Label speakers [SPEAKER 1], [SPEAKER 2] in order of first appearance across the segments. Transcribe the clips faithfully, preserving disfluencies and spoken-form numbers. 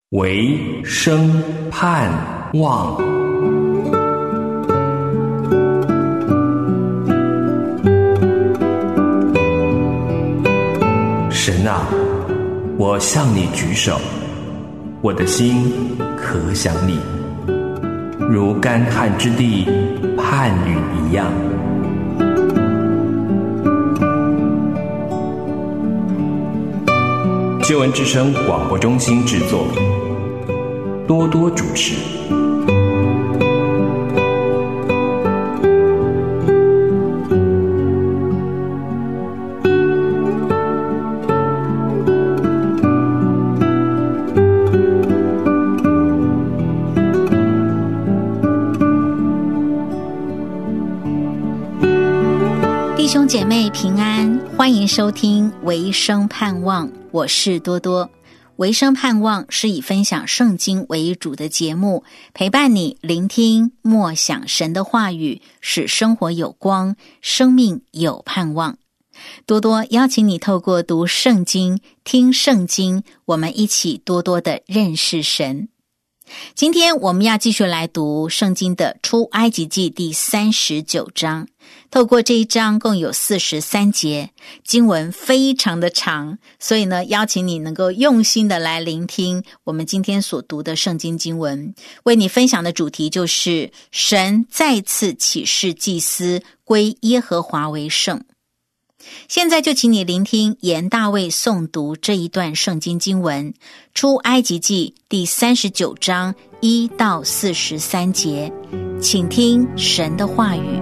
[SPEAKER 1] 唯生盼望。神啊，我向你举手，我的心可想你，如干旱之地盼雨一样。救恩之声广播中心制作，多多主持。
[SPEAKER 2] 弟兄姐妹平安，欢迎收听唯生盼望，我是多多。唯生盼望是以分享圣经为主的节目，陪伴你聆听默想神的话语，使生活有光，生命有盼望。多多邀请你透过读圣经、听圣经，我们一起多多的认识神。今天我们要继续来读圣经的出埃及记第三十九章，透过这一章共有四十三节，经文非常的长，所以呢，邀请你能够用心的来聆听我们今天所读的圣经经文。为你分享的主题就是神再次启示祭司归耶和华为圣。现在就请你聆听严大卫诵读这一段圣经经文，出埃及记第三十九章一到四十三节，请听神的话语。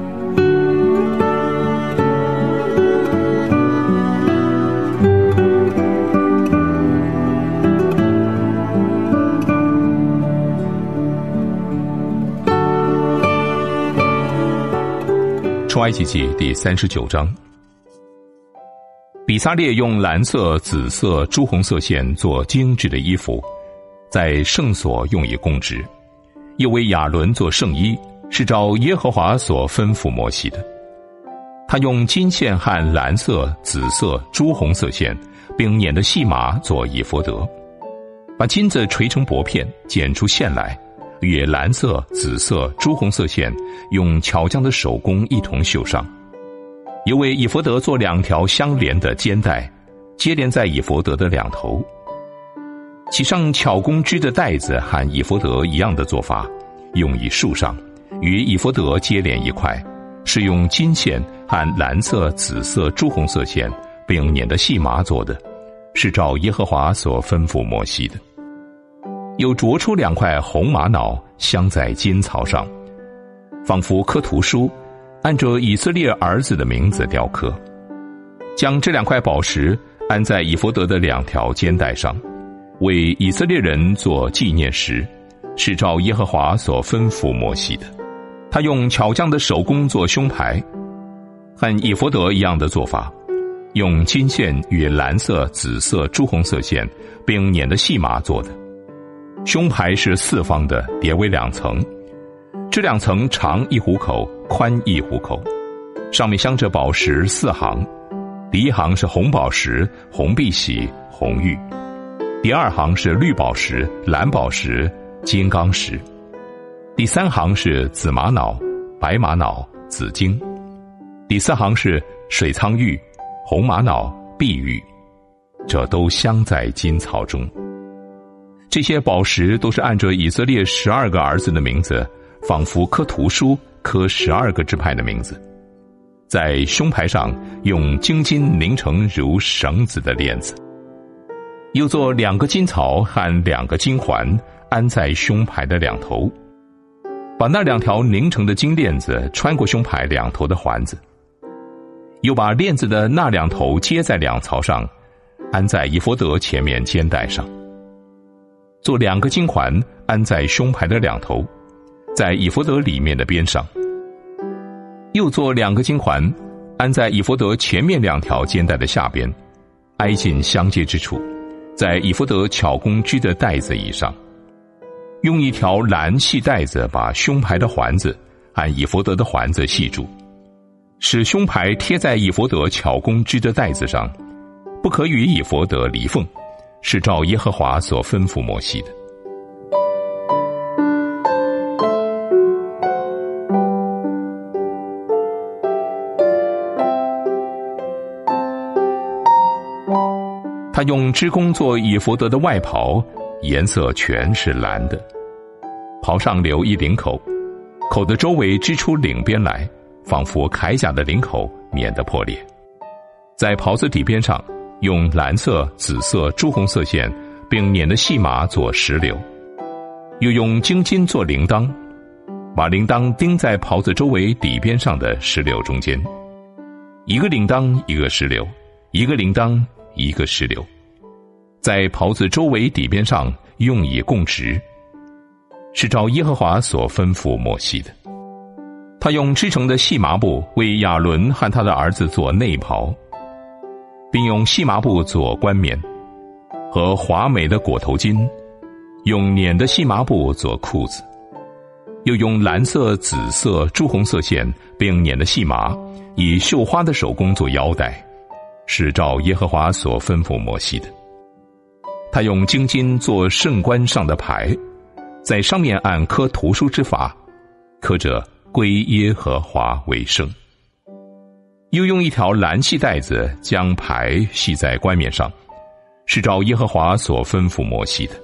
[SPEAKER 3] 出埃及记第三十九章。比撒列用蓝色、紫色、朱红色线做精致的衣服，在圣所用以供职，又为亚伦做圣衣，是照耶和华所吩咐摩西的。他用金线和蓝色、紫色、朱红色线，并捻的细麻做以弗得，把金子锤成薄片，剪出线来，与蓝色、紫色、朱红色线用巧匠的手工一同绣上。又为以弗得做两条相连的肩带，接连在以弗得的两头，其上巧工织的带子和以弗得一样的做法，用以束上，与以弗得接连一块，是用金线和蓝色、紫色、朱红色线并捻的细麻做的，是照耶和华所吩咐摩西的。又琢出两块红玛瑙镶在金槽上，仿佛刻图书，按着以色列儿子的名字雕刻，将这两块宝石安在以弗得的两条肩带上，为以色列人做纪念石，是照耶和华所吩咐摩西的。他用巧匠的手工做胸牌，和以弗得一样的做法，用金线与蓝色、紫色、朱红色线并捻的细麻做的。胸牌是四方的，叠为两层，这两层长一虎口，宽一虎口，上面镶着宝石四行，第一行是红宝石、红碧玺、红玉，第二行是绿宝石、蓝宝石、金刚石，第三行是紫玛瑙、白玛瑙、紫晶，第四行是水苍玉、红玛瑙、碧玉，这都镶在金槽中。这些宝石都是按照以色列十二个儿子的名字，仿佛刻图书，刻十二个支派的名字，在胸牌上用精金拧成如绳子的链子，又做两个金槽和两个金环安在胸牌的两头，把那两条拧成的金链子穿过胸牌两头的环子，又把链子的那两头接在两槽上，安在以弗得前面肩带上，做两个金环安在胸牌的两头，在以弗得里面的边上，又做两个金环安在以弗得前面两条肩带的下边，挨近相接之处，在以弗得巧工织的带子以上，用一条蓝细带子把胸牌的环子和以弗得的环子系住，使胸牌贴在以弗得巧工织的带子上，不可与以弗得离缝，是照耶和华所吩咐摩西的。 他用织工做以弗得的外袍，颜色全是蓝的，袍上留一领口，口的周围织出领边来，仿佛铠甲的领口，免得破裂。在袍子底边上用蓝色、紫色、朱红色线并捻的细麻做石榴，又用精金做铃铛，把铃铛钉在袍子周围底边上的石榴中间，一个铃铛一个石榴，一个铃铛一个石榴，在袍子周围底边上用以供职，是照耶和华所吩咐摩西的。他用织成的细麻布为亚伦和他的儿子做内袍，并用细麻布做冠冕，和华美的裹头巾，用捻的细麻布做裤子，又用蓝色、紫色、朱红色线并捻的细麻，以绣花的手工做腰带，是照耶和华所吩咐摩西的。他用精金做圣冠上的牌，在上面按刻图书之法，刻着归耶和华为圣。又用一条蓝细带子将牌系在冠冕上，是照耶和华所吩咐摩西的。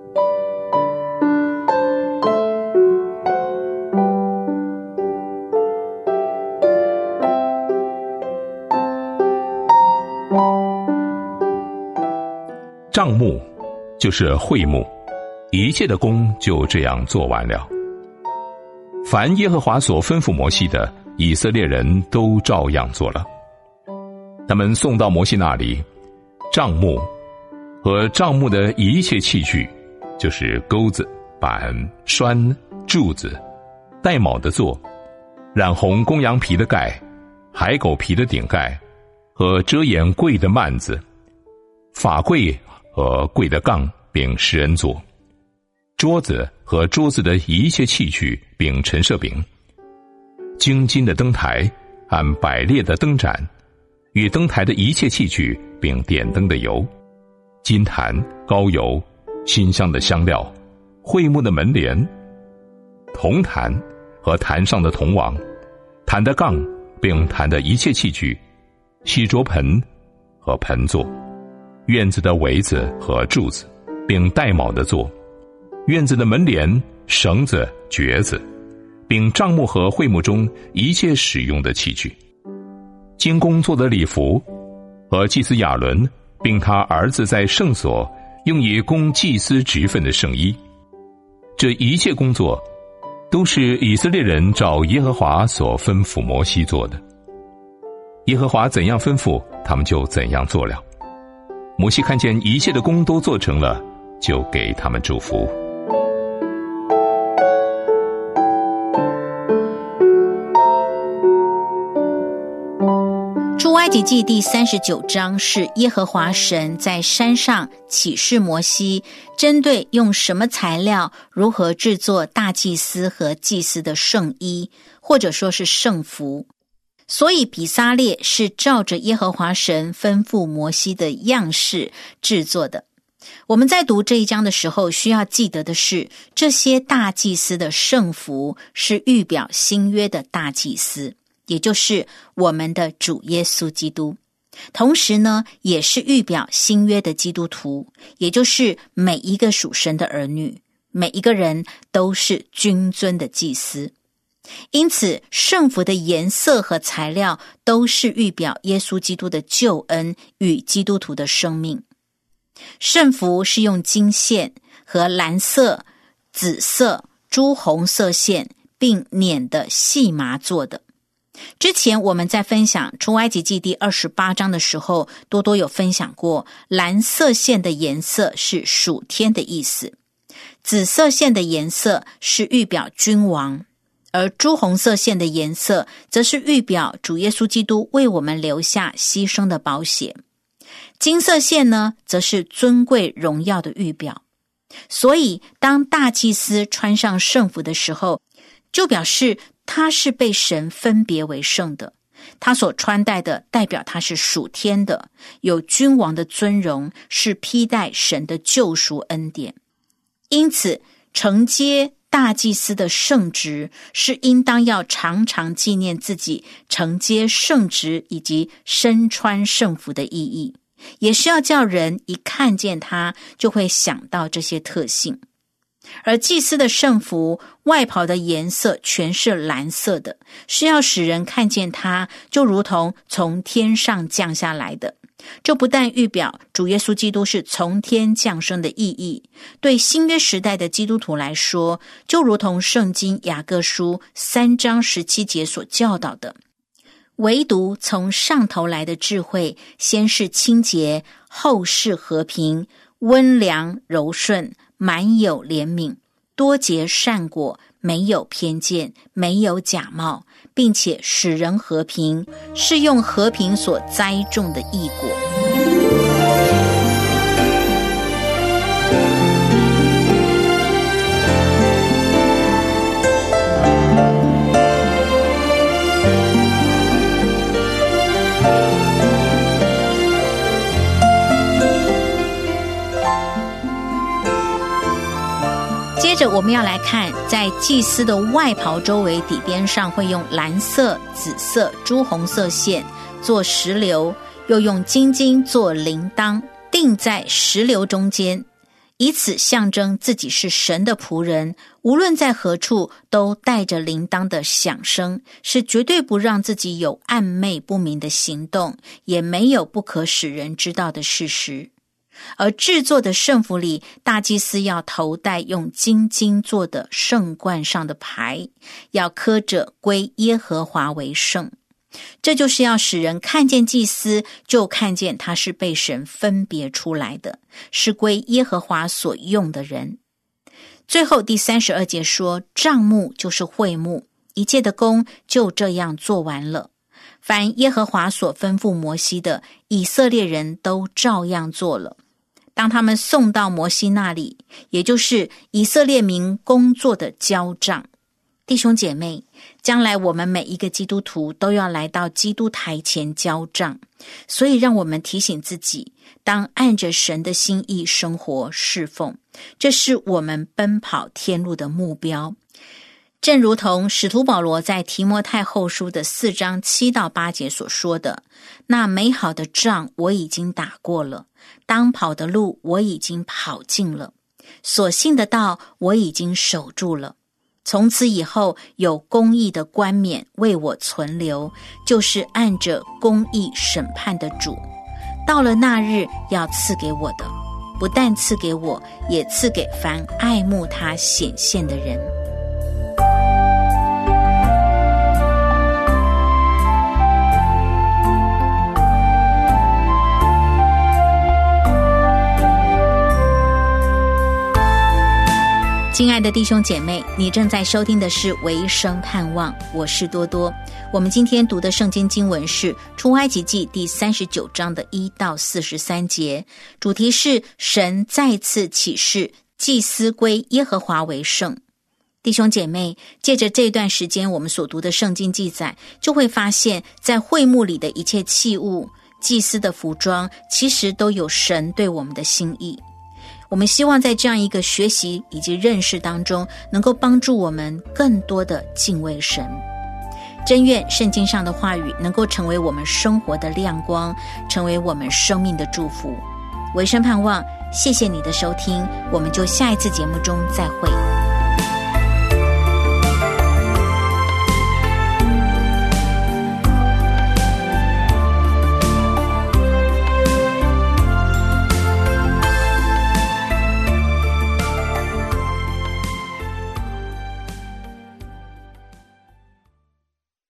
[SPEAKER 3] 帐幕就是会幕，一切的工就这样做完了。凡耶和华所吩咐摩西的，以色列人都照样做了。他们送到摩西那里，帐幕和帐幕的一切器具，就是钩子、板、栓、柱子、带卯的座、染红公羊皮的盖、海狗皮的顶盖和遮掩柜的幔子、法柜和柜的杠并施恩座、桌子和桌子的一切器具并陈设饼、精金的灯台和百列的灯盏与灯台的一切器具并点灯的油、金坛、膏油、馨香的香料、会幕的门帘、铜坛和坛上的铜网、坛的杠并坛的一切器具、洗濯盆和盆座、院子的围子和柱子并带卯的座、院子的门帘、绳子、橛子，并帐幕和会幕中一切使用的器具，经工做的礼服和祭司亚伦并他儿子在圣所用以供祭司职分的圣衣，这一切工作都是以色列人照耶和华所吩咐摩西做的。耶和华怎样吩咐，他们就怎样做了。摩西看见一切的工都做成了，就给他们祝福。
[SPEAKER 2] 出埃及记第三十九章是耶和华神在山上启示摩西，针对用什么材料如何制作大祭司和祭司的圣衣，或者说是圣服。所以比撒列是照着耶和华神吩咐摩西的样式制作的。我们在读这一章的时候，需要记得的是，这些大祭司的圣服是预表新约的大祭司，也就是我们的主耶稣基督。同时呢，也是预表新约的基督徒，也就是每一个属神的儿女，每一个人都是君尊的祭司。因此圣服的颜色和材料都是预表耶稣基督的救恩与基督徒的生命。圣服是用金线和蓝色、紫色、朱红色线并捻的细麻做的。之前我们在分享出埃及记第二十八章的时候，多多有分享过，蓝色线的颜色是属天的意思，紫色线的颜色是预表君王，而朱红色线的颜色则是预表主耶稣基督为我们留下牺牲的宝血。金色线呢，则是尊贵荣耀的预表。所以当大祭司穿上圣服的时候，就表示他是被神分别为圣的，他所穿戴的代表他是属天的，有君王的尊荣，是披戴神的救赎恩典。因此承接大祭司的圣职，是应当要常常纪念自己承接圣职以及身穿圣服的意义， 也是要叫人一看见它就会想到这些特性。而祭司的圣服外袍的颜色全是蓝色的，是要使人看见它就如同从天上降下来的。这不但预表主耶稣基督是从天降生的意义，对新约时代的基督徒来说，就如同圣经雅各书三章十七节所教导的，唯独从上头来的智慧，先是清洁，后是和平，温良柔顺，满有怜悯，多结善果，没有偏见，没有假冒，并且使人和平，是用和平所栽种的义果。接着我们要来看，在祭司的外袍周围底边上会用蓝色、紫色、朱红色线做石榴，又用金金做铃铛，钉在石榴中间，以此象征自己是神的仆人，无论在何处都带着铃铛的响声，是绝对不让自己有暧昧不明的行动，也没有不可使人知道的事实。而制作的圣服里，大祭司要头戴用金金做的圣冠上的牌，要刻着归耶和华为圣。这就是要使人看见祭司，就看见他是被神分别出来的，是归耶和华所用的人。最后第三十二节说，帐幕就是会幕，一切的工就这样做完了。凡耶和华所吩咐摩西的，以色列人都照样做了。当他们送到摩西那里，也就是以色列民工作的交账。弟兄姐妹，将来我们每一个基督徒都要来到基督台前交账，所以让我们提醒自己，当按着神的心意生活侍奉，这是我们奔跑天路的目标。正如同使徒保罗在提摩太后书的四章七到八节所说的，那美好的仗我已经打过了，当跑的路我已经跑尽了，所信的道我已经守住了。从此以后，有公义的冠冕为我存留，就是按着公义审判的主，到了那日要赐给我的，不但赐给我，也赐给凡爱慕他显现的人。亲爱的弟兄姐妹，你正在收听的是维生盼望，我是多多。我们今天读的圣经经文是出埃及记第三十九章的一到四十三节，主题是神再次启示祭司归耶和华为圣。弟兄姐妹，借着这段时间我们所读的圣经记载，就会发现在会幕里的一切器物，祭司的服装，其实都有神对我们的心意。我们希望在这样一个学习以及认识当中，能够帮助我们更多的敬畏神。真愿圣经上的话语能够成为我们生活的亮光，成为我们生命的祝福。维生盼望，谢谢你的收听，我们就下一次节目中再会。